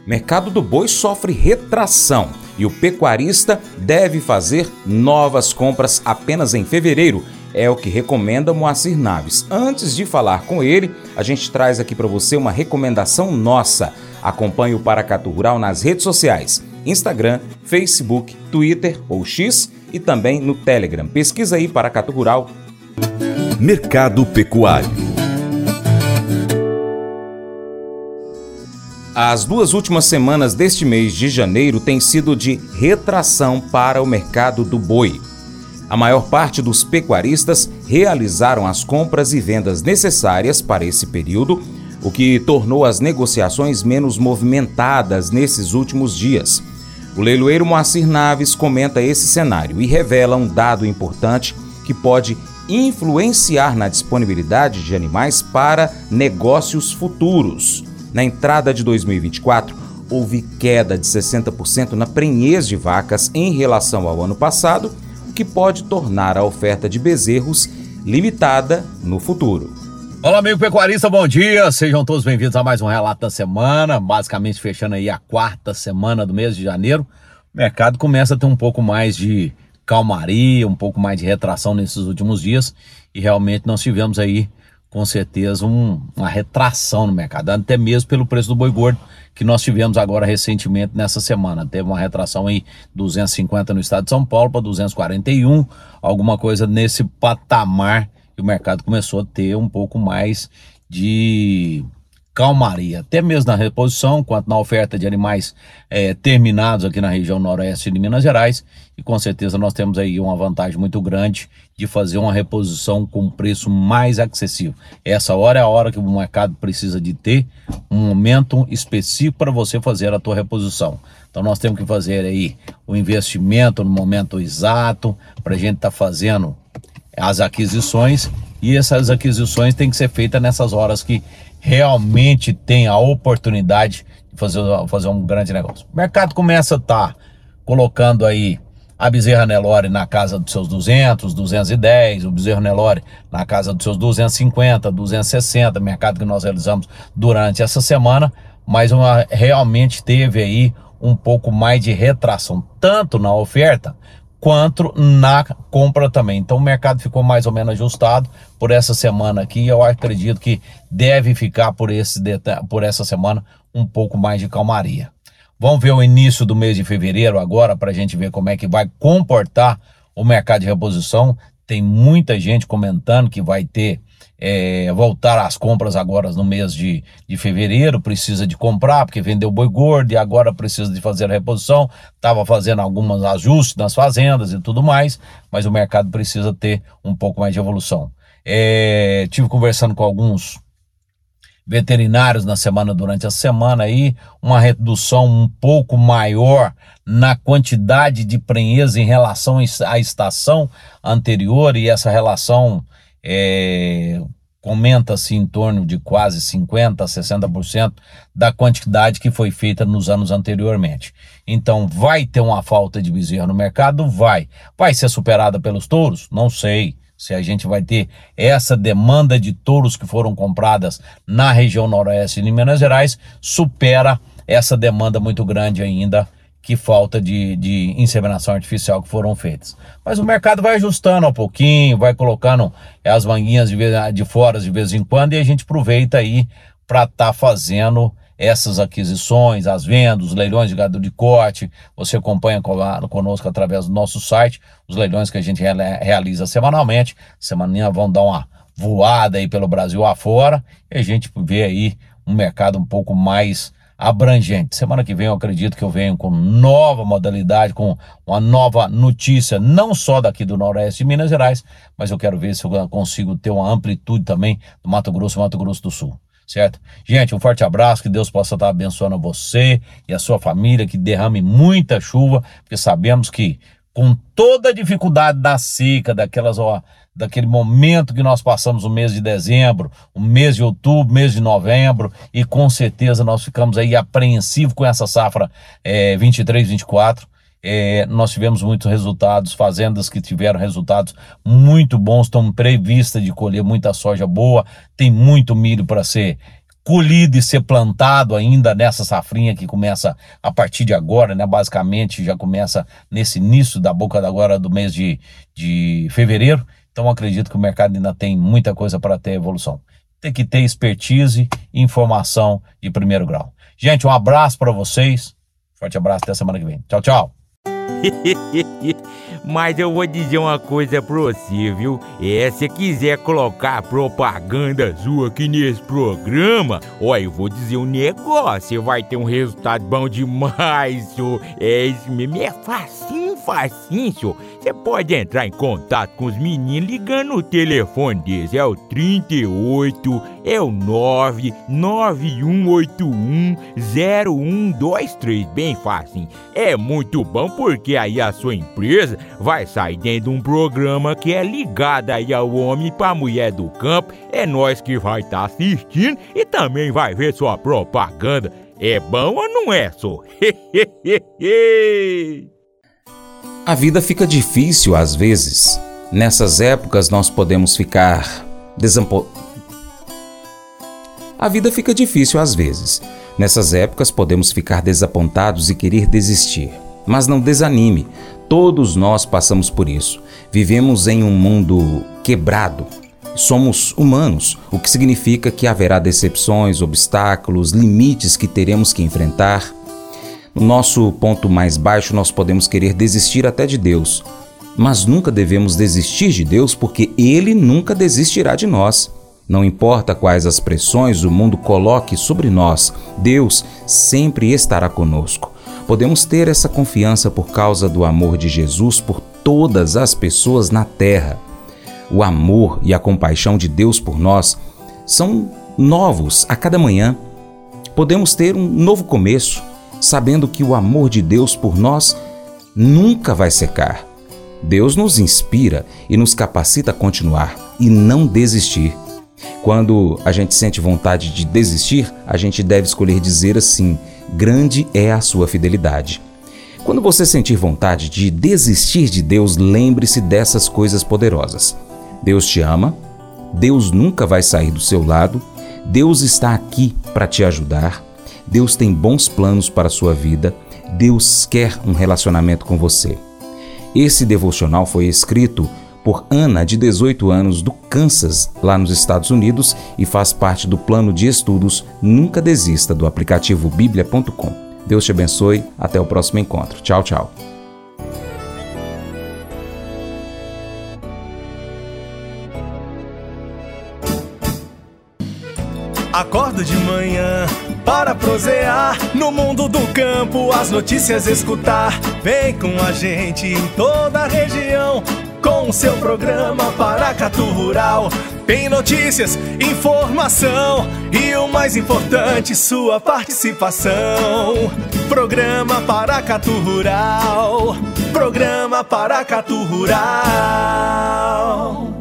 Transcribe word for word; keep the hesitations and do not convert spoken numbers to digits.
Mercado do boi sofre retração e o pecuarista deve fazer novas compras apenas em fevereiro. É o que recomenda Moacir Naves. Antes de falar com ele, a gente traz aqui para você uma recomendação nossa. Acompanhe o Paracatu Rural nas redes sociais, Instagram, Facebook, Twitter ou X e também no Telegram. Pesquisa aí Paracatu Rural. Mercado Pecuário. As duas últimas semanas deste mês de janeiro têm sido de retração para o mercado do boi. A maior parte dos pecuaristas realizaram as compras e vendas necessárias para esse período, o que tornou as negociações menos movimentadas nesses últimos dias. O leiloeiro Moacir Naves comenta esse cenário e revela um dado importante que pode influenciar na disponibilidade de animais para negócios futuros. Na entrada de dois mil e vinte e quatro, houve queda de sessenta por cento na prenhez de vacas em relação ao ano passado, o que pode tornar a oferta de bezerros limitada no futuro. Olá, amigo pecuarista, bom dia! Sejam todos bem-vindos a mais um Relato da Semana, basicamente fechando aí a quarta semana do mês de janeiro. O mercado começa a ter um pouco mais de calmaria, um pouco mais de retração nesses últimos dias e realmente nós tivemos aí com certeza um, uma retração no mercado, até mesmo pelo preço do boi gordo que nós tivemos agora recentemente nessa semana. Teve uma retração aí duzentos e cinquenta no estado de São Paulo para duzentos e quarenta e um, alguma coisa nesse patamar, e o mercado começou a ter um pouco mais de calmaria, até mesmo na reposição, quanto na oferta de animais é, terminados aqui na região noroeste de Minas Gerais, e com certeza nós temos aí uma vantagem muito grande de fazer uma reposição com preço mais acessível. Essa hora é a hora que o mercado precisa de ter um momento específico para você fazer a tua reposição. Então nós temos que fazer aí o investimento no momento exato para a gente estar tá fazendo as aquisições, e essas aquisições têm que ser feitas nessas horas que realmente tem a oportunidade de fazer, fazer um grande negócio. O mercado começa a estar tá colocando aí a bezerra Nelore na casa dos seus duzentos, duzentos e dez, o bezerro Nelore na casa dos seus duzentos e cinquenta, duzentos e sessenta, mercado que nós realizamos durante essa semana, mas uma, realmente teve aí um pouco mais de retração, tanto na oferta quanto na compra também. Então o mercado ficou mais ou menos ajustado por essa semana aqui. Eu acredito que deve ficar por, esse, por essa semana um pouco mais de calmaria. Vamos ver o início do mês de fevereiro agora para a gente ver como é que vai comportar o mercado de reposição. Tem muita gente comentando que vai ter É, voltar às compras agora no mês de, de fevereiro, precisa de comprar porque vendeu boi gordo e agora precisa de fazer a reposição, estava fazendo alguns ajustes nas fazendas e tudo mais, mas o mercado precisa ter um pouco mais de evolução. É, tive conversando com alguns veterinários na semana, durante a semana aí, uma redução um pouco maior na quantidade de prenhez em relação à estação anterior, e essa relação É, comenta-se em torno de quase cinquenta por cento, sessenta por cento da quantidade que foi feita nos anos anteriormente. Então vai ter uma falta de bezerro no mercado? Vai. Vai ser superada pelos touros? Não sei se a gente vai ter essa demanda de touros que foram compradas na região noroeste de Minas Gerais, supera essa demanda muito grande ainda que falta de, de inseminação artificial que foram feitas. Mas o mercado vai ajustando um pouquinho, vai colocando as manguinhas de, vez, de fora de vez em quando, e a gente aproveita aí para estar tá fazendo essas aquisições, as vendas, os leilões de gado de corte. Você acompanha conosco através do nosso site, os leilões que a gente realiza semanalmente. Semaninha vão dar uma voada aí pelo Brasil afora, e a gente vê aí um mercado um pouco mais abrangente. Semana que vem eu acredito que eu venho com nova modalidade, com uma nova notícia, não só daqui do Noroeste de Minas Gerais, mas eu quero ver se eu consigo ter uma amplitude também do Mato Grosso e Mato Grosso do Sul, certo? Gente, um forte abraço, que Deus possa estar abençoando você e a sua família, que derrame muita chuva, porque sabemos que com toda a dificuldade da seca, daquelas, ó, daquele momento que nós passamos o mês de dezembro, o mês de outubro, mês de novembro, e com certeza nós ficamos aí apreensivos com essa safra é, vinte e três, vinte e quatro. É, nós tivemos muitos resultados, fazendas que tiveram resultados muito bons, estão previstas de colher muita soja boa, tem muito milho para ser colhido e ser plantado ainda nessa safrinha que começa a partir de agora, né? Basicamente já começa nesse início da boca da agora do mês de, de fevereiro. Então acredito que o mercado ainda tem muita coisa para ter evolução. Tem que ter expertise e informação de primeiro grau. Gente, um abraço para vocês. Forte abraço, até semana que vem. Tchau, tchau. Mas eu vou dizer uma coisa pra você, viu? É, se quiser colocar propaganda sua aqui nesse programa, ó, eu vou dizer um negócio, você vai ter um resultado bom demais, senhor. É isso mesmo, é facinho, facinho, senhor. Você pode entrar em contato com os meninos ligando no telefone deles, é o trinta e oito, é o nove nove um oito um zero um dois três, bem facinho. É muito bom porque aí a sua empresa vai sair dentro de um programa que é ligado aí ao homem para a mulher do campo. É nós que vai estar tá assistindo e também vai ver sua propaganda. É bom ou não é, só? A vida fica difícil às vezes. Nessas épocas nós podemos ficar desampo... A vida fica difícil às vezes. Nessas épocas podemos ficar desapontados e querer desistir. Mas não desanime. Todos nós passamos por isso. Vivemos em um mundo quebrado. Somos humanos, o que significa que haverá decepções, obstáculos, limites que teremos que enfrentar. No nosso ponto mais baixo, nós podemos querer desistir até de Deus. Mas nunca devemos desistir de Deus, porque Ele nunca desistirá de nós. Não importa quais as pressões o mundo coloque sobre nós, Deus sempre estará conosco. Podemos ter essa confiança por causa do amor de Jesus por todas as pessoas na terra. O amor e a compaixão de Deus por nós são novos a cada manhã. Podemos ter um novo começo, sabendo que o amor de Deus por nós nunca vai secar. Deus nos inspira e nos capacita a continuar e não desistir. Quando a gente sente vontade de desistir, a gente deve escolher dizer assim: grande é a sua fidelidade. Quando você sentir vontade de desistir de Deus, lembre-se dessas coisas poderosas. Deus te ama, Deus nunca vai sair do seu lado, Deus está aqui para te ajudar, Deus tem bons planos para a sua vida, Deus quer um relacionamento com você. Esse devocional foi escrito por Ana, de dezoito anos, do Kansas, lá nos Estados Unidos, e faz parte do plano de estudos Nunca Desista, do aplicativo bíblia ponto com. Deus te abençoe, até o próximo encontro. Tchau, tchau. Acordo de manhã para prosear no mundo do campo, as notícias escutar. Vem com a gente em toda a região com o seu programa Paracatu Rural. Tem notícias, informação e o mais importante, sua participação. Programa Paracatu Rural. Programa Paracatu Rural.